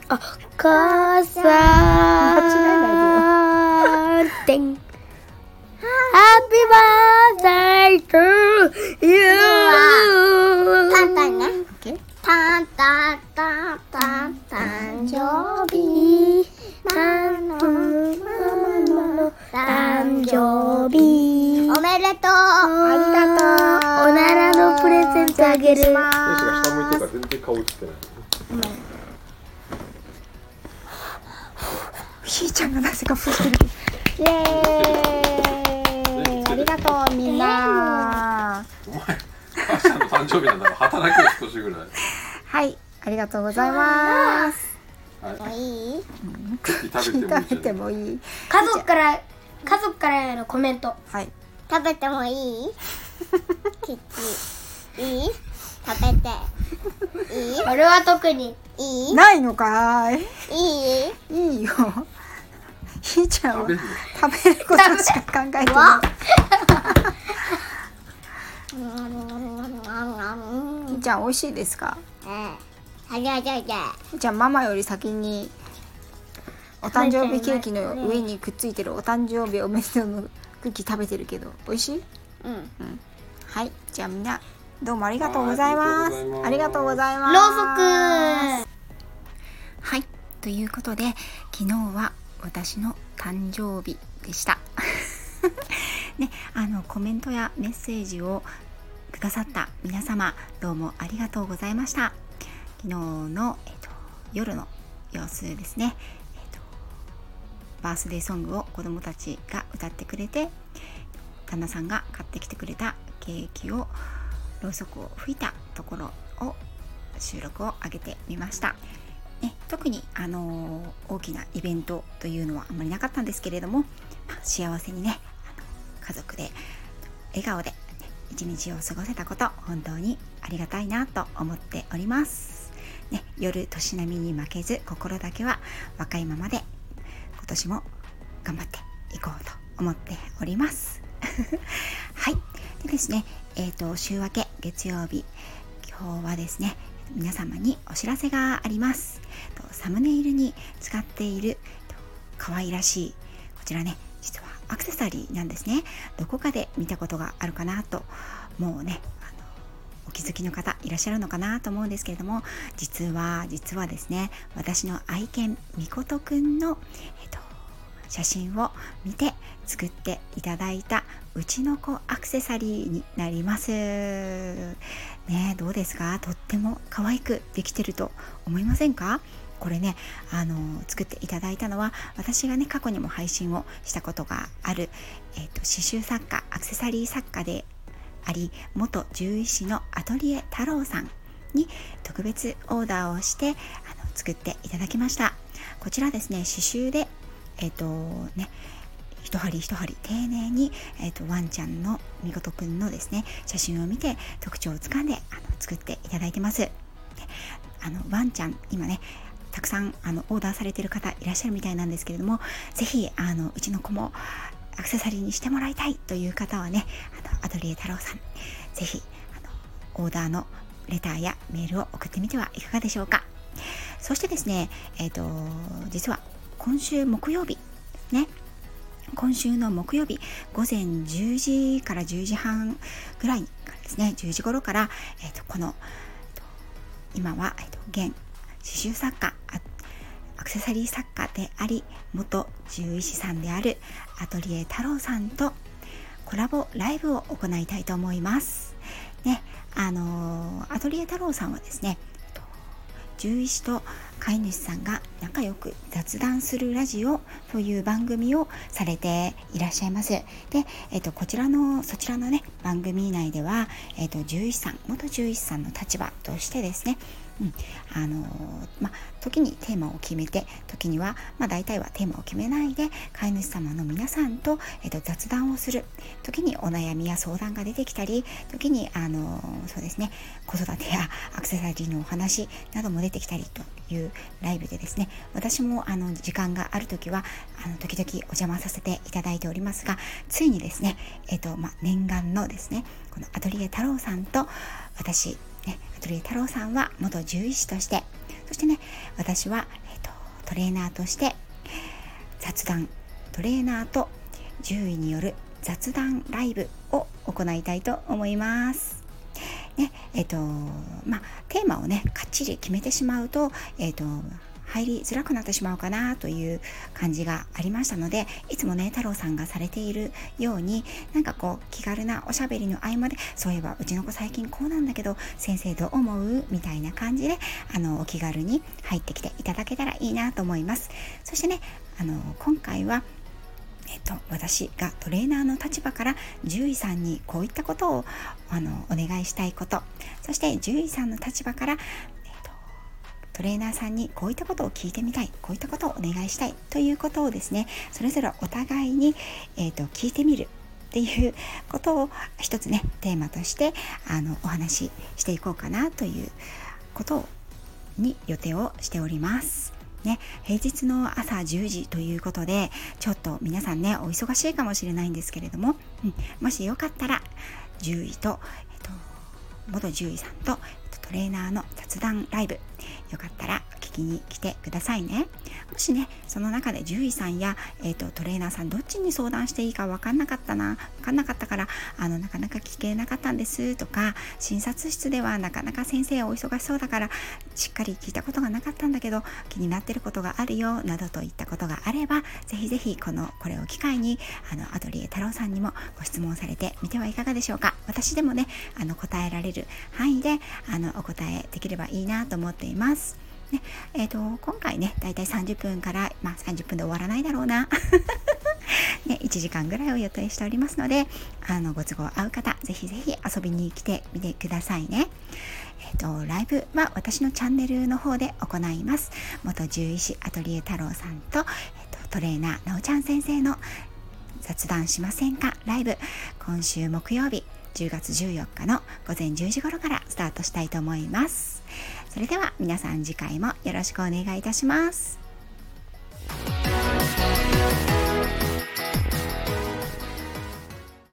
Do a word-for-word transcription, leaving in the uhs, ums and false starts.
あ、母さん。間違えないでよ。てん。Happy birthday to you。 タンタンね。タンタンタンタン誕生日。ママの誕生日。おめでとう。 ありがとう。 おならのプレゼントあげる。 選手が下向いてるから全然顔映ってない。 ひーちゃんがなぜかふしてる。イエーイ。ありがとうみんな。 お前、母ちゃんの誕生日なんだから働けよ少しぐらい。 はい、ありがとうございます。 はい。 もういい？ クッキー食べてもいい食べてもいい。 家族から家族からへのコメント。 はい。 食べてもいい？キッチいい？食べていい？ 俺は特にいい？ ないのかーい。 いい？ いいよ。ひーちゃんは食べる食べることしか考えてない。ひーちゃん美味しいですか？ ありゃりゃりゃ。 ひーちゃんママより先にお誕生日ケーキの上にくっついてるお誕生日おめでとうのクッキー食べてるけど美味しい？ うん。 うん。はい、じゃあみんなどうもありがとうございます。ありがとうございます。 ろうそく。 はい、ということで昨日は私の誕生日でしたね、あのコメントやメッセージをくださった皆様どうもありがとうございました。昨日の、えっと、夜の様子ですね、えっと、バースデーソングを子どもたちが歌ってくれて、旦那さんが買ってきてくれたケーキをろうそくを吹いたところを収録を上げてみました。ね、特に、あのー、大きなイベントというのはあんまりなかったんですけれども、まあ、幸せにね、あの家族で笑顔で、ね、一日を過ごせたこと本当にありがたいなと思っております、ね、夜年並みに負けず心だけは若いままで今年も頑張っていこうと思っておりますはい。でですね、えーと、週明け月曜日、今日はですね皆様にお知らせがあります。サムネイルに使っている可愛らしいこちらね、実はアクセサリーなんですね。どこかで見たことがあるかなと、もうねあのお気づきの方いらっしゃるのかなと思うんですけれども、実は実はですね、私の愛犬みことくんの、えっと、写真を見て作っていただいたうちの子アクセサリーになりますね。どうですか？とっても可愛くできてると思いませんか？これね、あの作っていただいたのは私がね過去にも配信をしたことがある、えーと、刺繍作家、アクセサリー作家であり元獣医師のアトリエ太郎さんに特別オーダーをしてあの作っていただきました。こちらですね、刺繍でえっ、ー、とね一針一針丁寧に、えー、とワンちゃんのみことくんのですね写真を見て特徴をつかんであの作っていただいてます。あのワンちゃん今ねたくさんあのオーダーされている方いらっしゃるみたいなんですけれども、ぜひあのうちの子もアクセサリーにしてもらいたいという方はね、あのアトリエ太郎さんぜひあのオーダーのレターやメールを送ってみてはいかがでしょうか。そしてですね、えっ、ー、と実は今週木曜日ね今週の木曜日午前じゅうじからじゅうじはんぐらいからですね、じゅうじ頃から、えー、とこの、えー、と今は、えー、と現刺繍作家アクセサリー作家であり元獣医師さんであるアトリエ太郎さんとコラボライブを行いたいと思いますね。あのー、アトリエ太郎さんはですね、獣医師と飼い主さんが仲良く雑談するラジオという番組をされていらっしゃいます。で、えっと、こちらのそちらのね番組内では、えっと、獣医師さん元獣医師さんの立場としてですね、うん、あのまあ時にテーマを決めて、時にはまあ大体はテーマを決めないで飼い主様の皆さんと、えっと、雑談をする。時にお悩みや相談が出てきたり、時にあのそうですね子育てやアクセサリーのお話なども出てきたりというライブでですね、私もあの時間がある時はあの時々お邪魔させていただいておりますが、ついにですね、えっとまあ、念願のですねこのアトリエ太郎さんと私ね、アトリエ太郎さんは元獣医師として、そしてね私は、えっトレーナーとして雑談、トレーナーと獣医による雑談ライブを行いたいと思います。ね、えっとまあテーマをねかっちり決めてしまうと、えっと入りづらくなってしまうかなという感じがありましたので、いつもね太郎さんがされているように、なんかこう気軽なおしゃべりの合間で、そういえばうちの子最近こうなんだけど先生どう思うみたいな感じで、あのお気軽に入ってきていただけたらいいなと思います。そしてね、あの今回はえっと、私がトレーナーの立場から獣医さんにこういったことをあのお願いしたいこと、そして獣医さんの立場から、えっと、トレーナーさんにこういったことを聞いてみたい、こういったことをお願いしたいということをですね、それぞれお互いに、えっと、聞いてみるっていうことを一つねテーマとしてあのお話ししていこうかなということに予定をしておりますね。平日の朝じゅうじということで、ちょっと皆さんねお忙しいかもしれないんですけれども、うん、もしよかったら獣医と、えっと、元獣医さんと、えっと、トレーナーの雑談ライブ、よかったら聞きに来てくださいね。もしねその中で獣医さんや、えっと、トレーナーさんどっちに相談していいか分かんなかったな分かんなかったからあのなかなか聞けなかったんですとか、診察室ではなかなか先生お忙しそうだからしっかり聞いたことがなかったんだけど気になってることがあるよなどといったことがあれば、ぜひぜひこのこれを機会にあのアトリエ太郎さんにもご質問されてみてはいかがでしょうか。私でもねあの答えられる範囲であのお答えできればいいなと思っています。ねえー、と今回ねだいたいさんじゅっぷんから、まあ、さんじゅっぷんで終わらないだろうな、ね、いちじかんぐらいを予定しておりますので、あのご都合合う方ぜひぜひ遊びに来てみてくださいね。えー、とライブは私のチャンネルの方で行います。元獣医師アトリエ太郎さんと、えー、とトレーナーなおちゃん先生の雑談しませんかライブ、今週木曜日じゅうがつじゅうよっかのごぜんじゅうじ頃からスタートしたいと思います。それでは皆さん次回もよろしくお願いいたします。